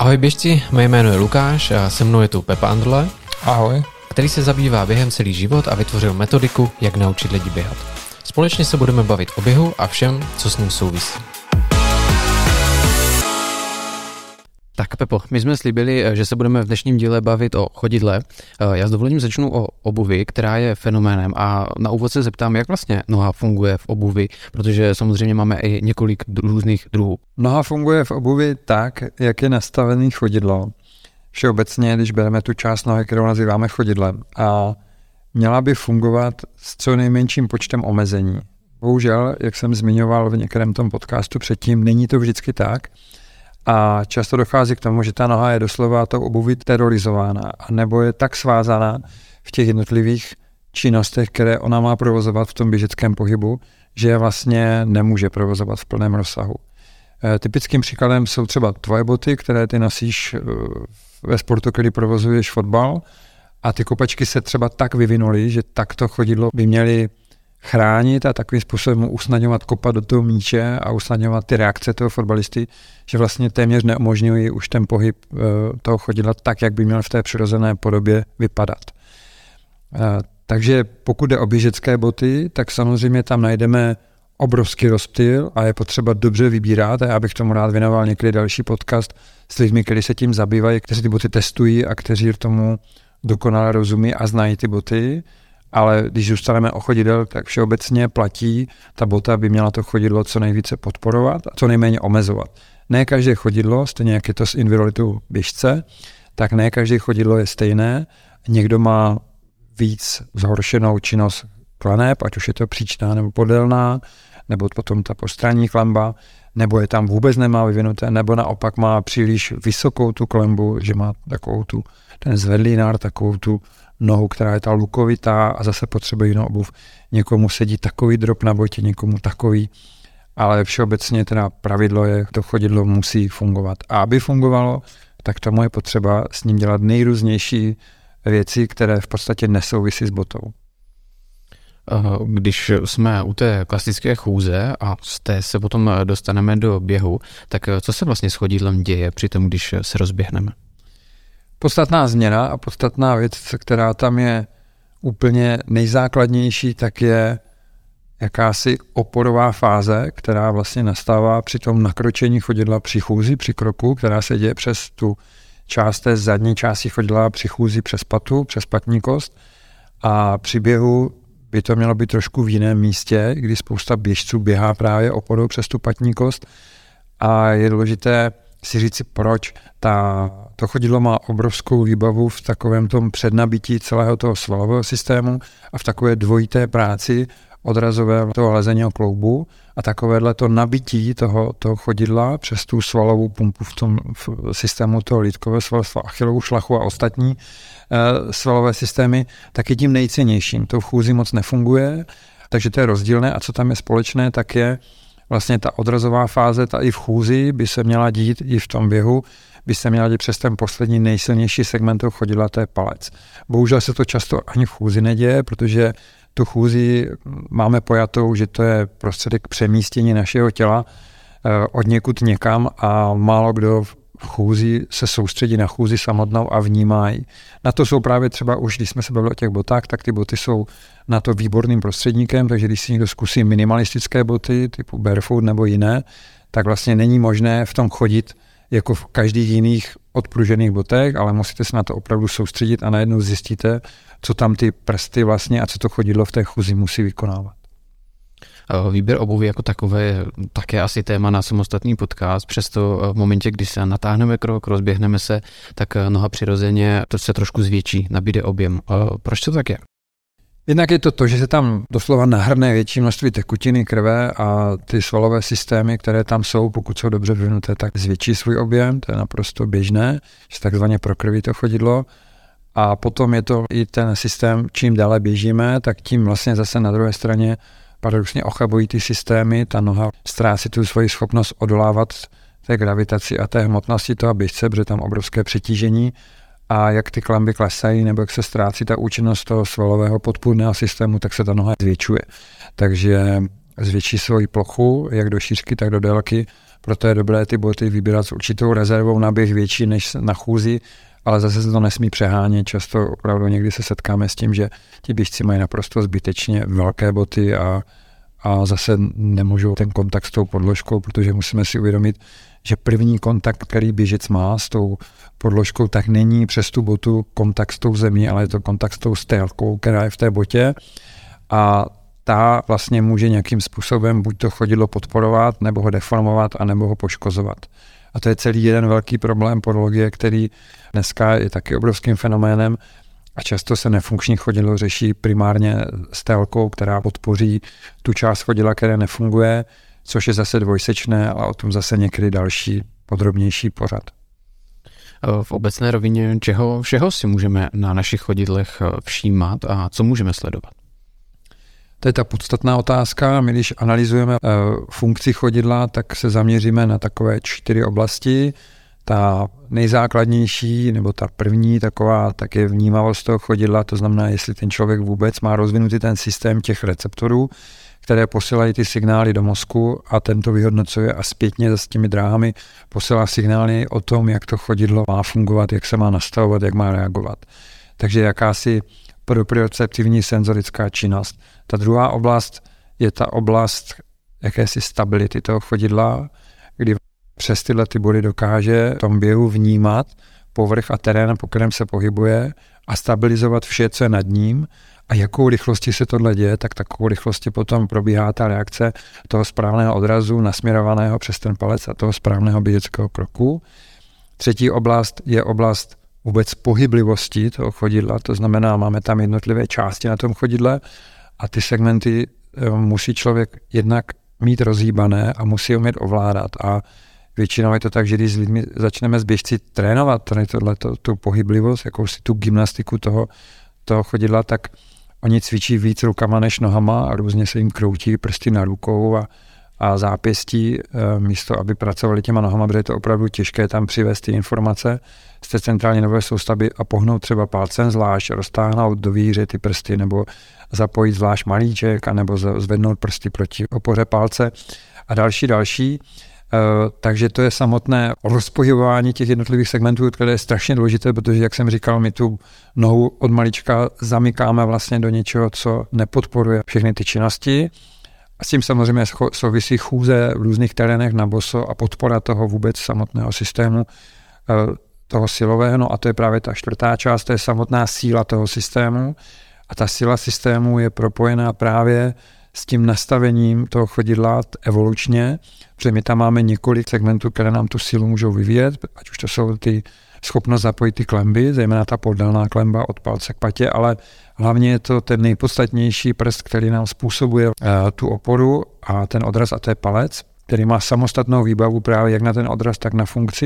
Ahoj běžci, moje jméno je Lukáš a se mnou je tu Pepa Andrle. Ahoj. Který se zabývá během celý život a vytvořil metodiku, jak naučit lidi běhat. Společně se budeme bavit o běhu a všem, co s ním souvisí. Tak Pepo, my jsme slíbili, že se budeme v dnešním díle bavit o chodidle. Já s dovolením začnu o obuvi, která je fenoménem, a na úvod se zeptám, jak vlastně noha funguje v obuvi, protože samozřejmě máme i několik různých druhů. Noha funguje v obuvi tak, jak je nastavený chodidlo. Všeobecně, když bereme tu část nohy, kterou nazýváme chodidlem, a měla by fungovat s co nejmenším počtem omezení. Bohužel, jak jsem zmiňoval v některém tom podcastu předtím, není to vždycky tak. A často dochází k tomu, že ta noha je doslova tou obuví terorizována, nebo je tak svázaná v těch jednotlivých činnostech, které ona má provozovat v tom běžeckém pohybu, že je vlastně nemůže provozovat v plném rozsahu. Typickým příkladem jsou třeba tvoje boty, které ty nosíš ve sportu, který provozuješ fotbal, a ty kopačky se třeba tak vyvinuly, že takto chodidlo by měly chránit a takovým způsobem usnadňovat kopat do toho míče a usnadňovat ty reakce toho fotbalisty, že vlastně téměř neumožňují už ten pohyb toho chodidla tak, jak by měl v té přirozené podobě vypadat. Takže pokud jde o běžecké boty, tak samozřejmě tam najdeme obrovský rozptyl a je potřeba dobře vybírat, a já bych tomu rád věnoval někdy další podcast s lidmi, kteří se tím zabývají, kteří ty boty testují a kteří tomu dokonale rozumí a znají ty boty. Ale když zůstaneme o chodidel, tak všeobecně platí, ta bota by měla to chodidlo co nejvíce podporovat a co nejméně omezovat. Ne každé chodidlo, stejně jak je to s invalidou běžce, tak ne každé chodidlo je stejné. Někdo má víc zhoršenou činnost klaneb, ať už je to příčná nebo podélná, nebo potom ta postranní klenba, nebo je tam vůbec nemá vyvinuté, nebo naopak má příliš vysokou tu klenbu, že má takovou ten zvedlý nár, takovou tu nohu, která je ta lukovitá, a zase potřebuje jinou obuv. Někomu sedí takový drop na botě, někomu takový, ale všeobecně teda pravidlo je, to chodidlo musí fungovat. A aby fungovalo, tak tomu je potřeba s ním dělat nejrůznější věci, které v podstatě nesouvisí s botou. Když jsme u té klasické chůze a z té se potom dostaneme do běhu, tak co se vlastně s chodidlem děje při tom, když se rozběhneme? Podstatná změna a podstatná věc, která tam je úplně nejzákladnější, tak je jakási oporová fáze, která vlastně nastává při tom nakročení chodidla při chůzi, při kroku, která se děje přes tu část té zadní části chodidla při chůzi přes patu, přes patní kost, a při běhu by to mělo být trošku v jiném místě, kdy spousta běžců běhá právě oporou přes tu patní kost, a je důležité si říci, proč. To chodidlo má obrovskou výbavu v takovém tom přednabití celého toho svalového systému a v takové dvojité práci odrazového toho lezeného kloubu, a takovéhle to nabití toho chodidla přes tu svalovou pumpu v tom systému toho lýtkového svalstva, achilovu šlachu a ostatní svalové systémy, tak je tím nejcennějším. To v chůzi moc nefunguje, takže to je rozdílné, a co tam je společné, tak je vlastně ta odrazová fáze, ta i v chůzi by se měla dít, i v tom běhu by se měla dít přes ten poslední nejsilnější segment toho chodidla, to je palec. Bohužel se to často ani v chůzi neděje, protože tu chůzi máme pojatou, že to je prostředek přemístění našeho těla od někud někam, a málo kdo v chůzi se soustředí na chůzi samotnou a vnímá ji. Na to jsou právě třeba už, když jsme se bavili o těch botách, tak ty boty jsou na to výborným prostředníkem, takže když si někdo zkusí minimalistické boty typu barefoot nebo jiné, tak vlastně není možné v tom chodit jako v každých jiných odpružených botech, ale musíte se na to opravdu soustředit a najednou zjistíte, co tam ty prsty vlastně a co to chodidlo v té chůzi musí vykonávat. Výběr obuvi jako takové je také asi téma na samostatný podcast, přesto v momentě, kdy se natáhneme krok, rozběhneme se, tak noha přirozeně to se trošku zvětší, nabíde objem. Proč to tak je? Jednak je to, že se tam doslova nahrne větší množství tekutiny, krve, a ty svalové systémy, které tam jsou, pokud jsou dobře vyvinuté, tak zvětší svůj objem, to je naprosto běžné, že takzvaně prokrví to chodidlo. A potom je to i ten systém, čím dále běžíme, tak tím vlastně zase na druhé straně paradoxně ochabují ty systémy, ta noha ztrácí tu svoji schopnost odolávat té gravitaci a té hmotnosti toho běžce, protože tam obrovské přetížení, a jak ty klenby klesají nebo jak se ztrácí ta účinnost toho svalového podpůrného systému, tak se ta noha zvětšuje. Takže zvětší svoji plochu, jak do šířky, tak do délky, proto je dobré ty boty vybírat s určitou rezervou na běh větší než na chůzi, ale zase se to nesmí přehánět. Často opravdu někdy se setkáme s tím, že ti běžci mají naprosto zbytečně velké boty a zase nemůžou ten kontakt s tou podložkou, protože musíme si uvědomit, že první kontakt, který běžec má s tou podložkou, tak není přes tu botu kontakt s tou zemí, ale je to kontakt s tou stélkou, která je v té botě a ta vlastně může nějakým způsobem buď to chodidlo podporovat, nebo ho deformovat, anebo ho poškozovat. A to je celý jeden velký problém podlogie, který dneska je taky obrovským fenoménem a často se nefunkční chodidlo řeší primárně stélkou, která podpoří tu část chodidla, která nefunguje, což je zase dvojsečné, ale o tom zase někdy další podrobnější pořad. V obecné rovině čeho všeho si můžeme na našich chodidlech všímat a co můžeme sledovat? To je ta podstatná otázka. My, když analyzujeme funkci chodidla, tak se zaměříme na takové 4 oblasti. Ta nejzákladnější, nebo ta první taková, tak je vnímavost toho chodidla, to znamená, jestli ten člověk vůbec má rozvinutý ten systém těch receptorů, které posílají ty signály do mozku a tento vyhodnocuje a zpětně s těmi dráhami posílá signály o tom, jak to chodidlo má fungovat, jak se má nastavovat, jak má reagovat. Takže jakási proprioceptivní senzorická činnost. Ta druhá oblast je ta oblast jakési stability toho chodidla, kdy přes tyhle ty body dokáže v tom běhu vnímat povrch a terén, po kterém se pohybuje a stabilizovat vše, co je nad ním. A jakou rychlostí se tohle děje, tak takovou rychlostí potom probíhá ta reakce toho správného odrazu nasměrovaného přes ten palec a toho správného běžeckého kroku. Třetí oblast je oblast vůbec pohyblivosti toho chodidla, to znamená, máme tam jednotlivé části na tom chodidle a ty segmenty musí člověk jednak mít rozhýbané a musí umět ovládat. A většinou je to tak, že když s lidmi začneme s běžci trénovat tu pohyblivost, jakousi tu gymnastiku toho chodidla, tak oni cvičí víc rukama než nohama a různě se jim kroutí prsty na rukou a zápěstí, místo aby pracovali těma nohama, protože je to opravdu těžké tam přivést ty informace z té centrální nervové soustavy a pohnout třeba palcem zvlášť, roztáhnout do výhře ty prsty nebo zapojit zvlášť malíček a nebo zvednout prsty proti opoře palce a další. Takže to je samotné rozpohybování těch jednotlivých segmentů, které je strašně důležité, protože, jak jsem říkal, my tu nohu od malička zamykáme vlastně do něčeho, co nepodporuje všechny ty činnosti. A s tím samozřejmě souvisí chůze v různých terénech na boso a podpora toho vůbec samotného systému, toho silového. No a to je právě ta 4. část, to je samotná síla toho systému. A ta síla systému je propojená právě s tím nastavením toho chodidla evolučně, protože my tam máme několik segmentů, které nám tu sílu můžou vyvíjet, ať už to jsou ty schopnost zapojit ty klemby, zejména ta podélná klemba od palce k patě, ale hlavně je to ten nejpodstatnější prst, který nám způsobuje tu oporu a ten odraz, a to je palec, který má samostatnou výbavu právě jak na ten odraz, tak na funkci.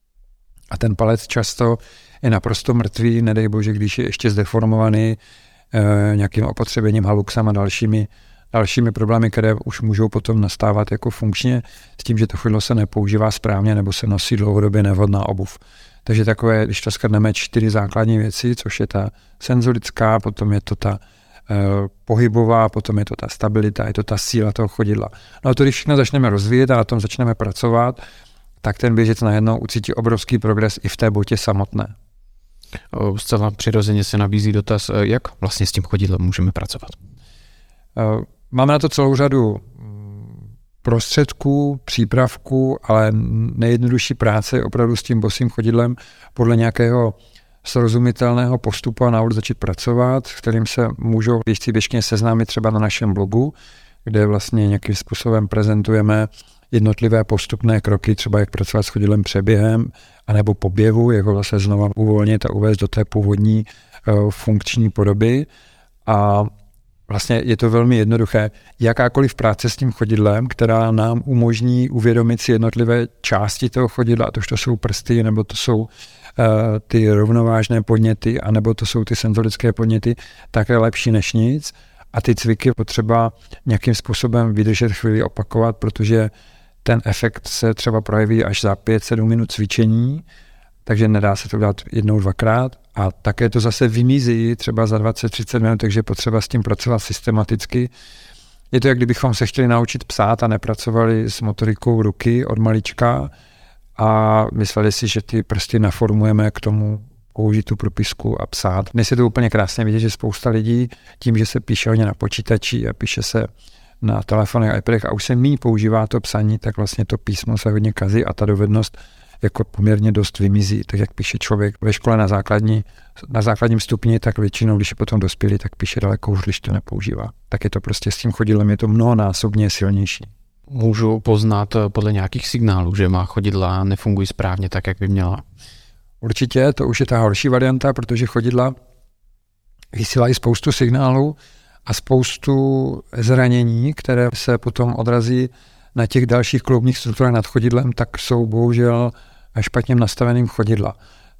A ten palec často je naprosto mrtvý, nedej bože, když je ještě zdeformovaný nějakým opotřebením haluxem a dalšími problémy, které už můžou potom nastávat jako funkčně, s tím, že to chodidlo se nepoužívá správně nebo se nosí dlouhodobě nevhodná obuv. Takže takové, když to shrneme, 4 základní věci, což je ta senzorická, potom je to ta pohybová, potom je to ta stabilita, je to ta síla toho chodidla. No a to, když všechno začneme rozvíjet a na tom začneme pracovat, tak ten běžec najednou ucítí obrovský progres i v té botě samotné. Zcela přirozeně se nabízí dotaz, jak vlastně s tím chodidlem můžeme pracovat. Máme na to celou řadu prostředků, přípravků, ale nejjednodušší práce je opravdu s tím bosým chodidlem podle nějakého srozumitelného postupu a návod začít pracovat, s kterým se můžou běžci běžně seznámit třeba na našem blogu, kde vlastně nějakým způsobem prezentujeme jednotlivé postupné kroky, třeba jak pracovat s chodidlem přeběhem, anebo po běhu, jak ho vlastně znova uvolnit a uvést do té původní funkční podoby. A vlastně je to velmi jednoduché. Jakákoliv práce s tím chodidlem, která nám umožní uvědomit si jednotlivé části toho chodidla, ať už to jsou prsty, nebo to jsou ty rovnovážné podněty, anebo to jsou ty senzorické podněty, tak je lepší než nic. A ty cviky potřeba nějakým způsobem vydržet chvíli opakovat, protože ten efekt se třeba projeví až za 5-7 minut cvičení, takže nedá se to dát 1-2krát a také to zase vymizí třeba za 20-30 minut, takže potřeba s tím pracovat systematicky. Je to, jak kdybychom se chtěli naučit psát a nepracovali s motorikou ruky od malička a mysleli si, že ty prsty naformujeme k tomu použít tu propisku a psát. Dnes je to úplně krásně vidět, že spousta lidí tím, že se píše hodně na počítači a píše se na telefonech a iPadech a už se méně používá to psaní, tak vlastně to písmo se hodně kazí a ta dovednost jako poměrně dost vymizí. Tak jak píše člověk ve škole na základním stupni, tak většinou, když je potom dospělý, tak píše daleko už, když to nepoužívá. Tak je to prostě s tím chodidlem je to mnohonásobně silnější. Můžu poznat podle nějakých signálů, že má chodidla nefungují správně tak, jak by měla? Určitě, to už je ta horší varianta, protože chodidla vysílají spoustu signálů a spoustu zranění, které se potom odrazí na těch dalších kloubních strukturách nad chodidlem, tak jsou bohužel špatně nastaveným chodidla.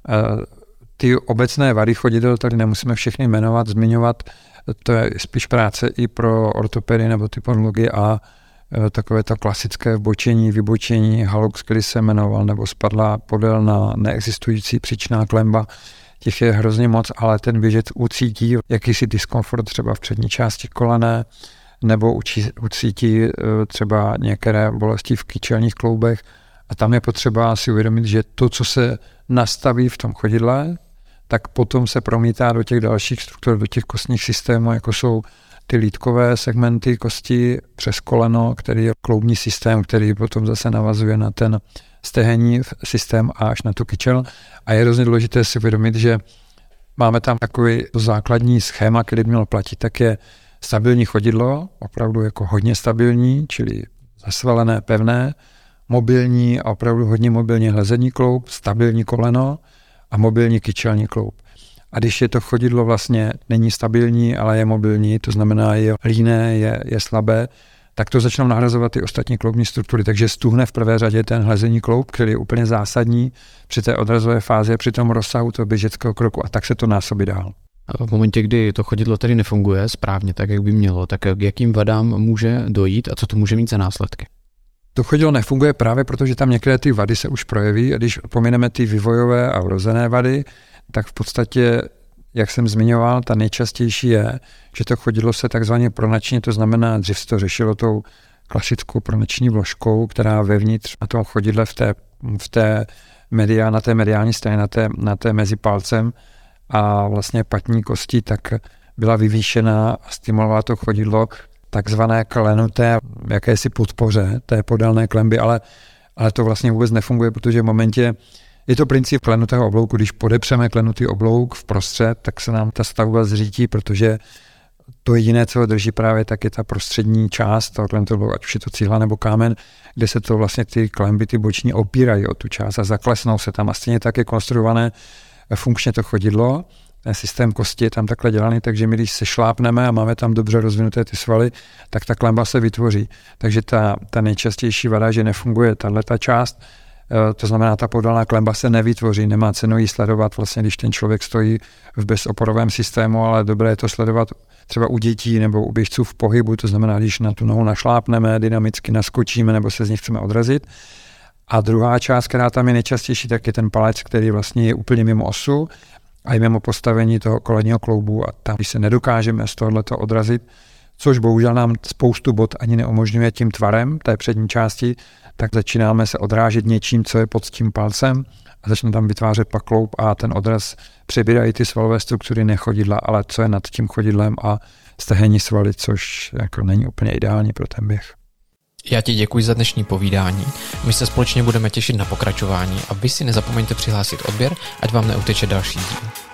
Ty obecné vady chodidel tady nemusíme všechny jmenovat, zmiňovat, to je spíš práce i pro ortopedy nebo ty podlogy a takové to klasické vbočení, vybočení, halux, který se jmenoval, nebo spadla podélná neexistující příčná klemba. Těch je hrozně moc, ale ten běžec ucítí jakýsi diskomfort třeba v přední části kolene, nebo ucítí třeba některé bolesti v kyčelních kloubech. A tam je potřeba si uvědomit, že to, co se nastaví v tom chodidle, tak potom se promítá do těch dalších struktur, do těch kostních systémů, jako jsou ty lýtkové segmenty kosti přes koleno, který je kloubní systém, který potom zase navazuje na ten stehenní systém až na tu kyčel. A je hrozně důležité si uvědomit, že máme tam takový základní schéma, který by mělo platit, tak je stabilní chodidlo, opravdu jako hodně stabilní, čili zasvalené, pevné, mobilní a opravdu hodně mobilní hlezení kloub, stabilní koleno a mobilní kyčelní kloub. A když je to chodidlo vlastně není stabilní, ale je mobilní, to znamená je líné, je slabé, tak to začnou nahrazovat ty ostatní kloubní struktury. Takže stuhne v prvé řadě ten hlezení kloub, který je úplně zásadní při té odrazové fázi, při tom rozsahu toho běžeckého kroku a tak se to násobí dál. A v momentě, kdy to chodidlo tedy nefunguje správně tak, jak by mělo, tak k jakým vadám může dojít a co to může mít za následky? To chodidlo nefunguje právě proto, že tam některé ty vady se už projeví a když pomineme ty vývojové a vrozené vady, tak v podstatě, jak jsem zmiňoval, ta nejčastější je, že to chodidlo se takzvaně pronační, to znamená, dřív se to řešilo tou klasickou pronační vložkou, která vevnitř na tom chodidle na té mediální straně, na té mezi palcem a vlastně patní kostí, tak byla vyvýšená a stimulovala to chodidlo takzvané klenuté jakési podpoře té podélné klemby, ale to vlastně vůbec nefunguje, protože v momentě je to princip klenutého oblouku. Když podepřeme klenutý oblouk vprostřed, tak se nám ta stavba zřítí, protože to jediné, co ho drží právě, tak je ta prostřední část toho klenutého oblouku, ať už je to cihla nebo kámen, kde se to vlastně ty klemby, ty boční opírají o tu část a zaklesnou se tam. A stejně tak je konstruované funkčně to chodidlo. Ten systém kosti je tam takhle dělaný, takže my, když se šlápneme a máme tam dobře rozvinuté ty svaly, tak ta klemba se vytvoří. Takže ta nejčastější vada, že nefunguje tato část, to znamená, ta podélná klemba se nevytvoří, nemá cenu ji sledovat, vlastně, když ten člověk stojí v bezoporovém systému, ale dobré je to sledovat třeba u dětí nebo u běžců v pohybu, to znamená, když na tu nohu našlápneme, dynamicky naskočíme nebo se z ní chceme odrazit. A druhá část, která tam je nejčastější, tak je ten palec, který vlastně je úplně mimo osu a je mimo postavení toho kolenního kloubu a tam, když se nedokážeme z tohoto odrazit, což bohužel nám spoustu bod ani neumožňuje tím tvarem té přední části, tak začínáme se odrážet něčím, co je pod tím palcem a začne tam vytvářet pak kloub a ten odraz přebírají ty svalové struktury nechodidla, ale co je nad tím chodidlem a stehenní svaly, což jako není úplně ideální pro ten běh. Já ti děkuji za dnešní povídání. My se společně budeme těšit na pokračování a vy si nezapomeňte přihlásit odběr, ať vám neuteče další díl.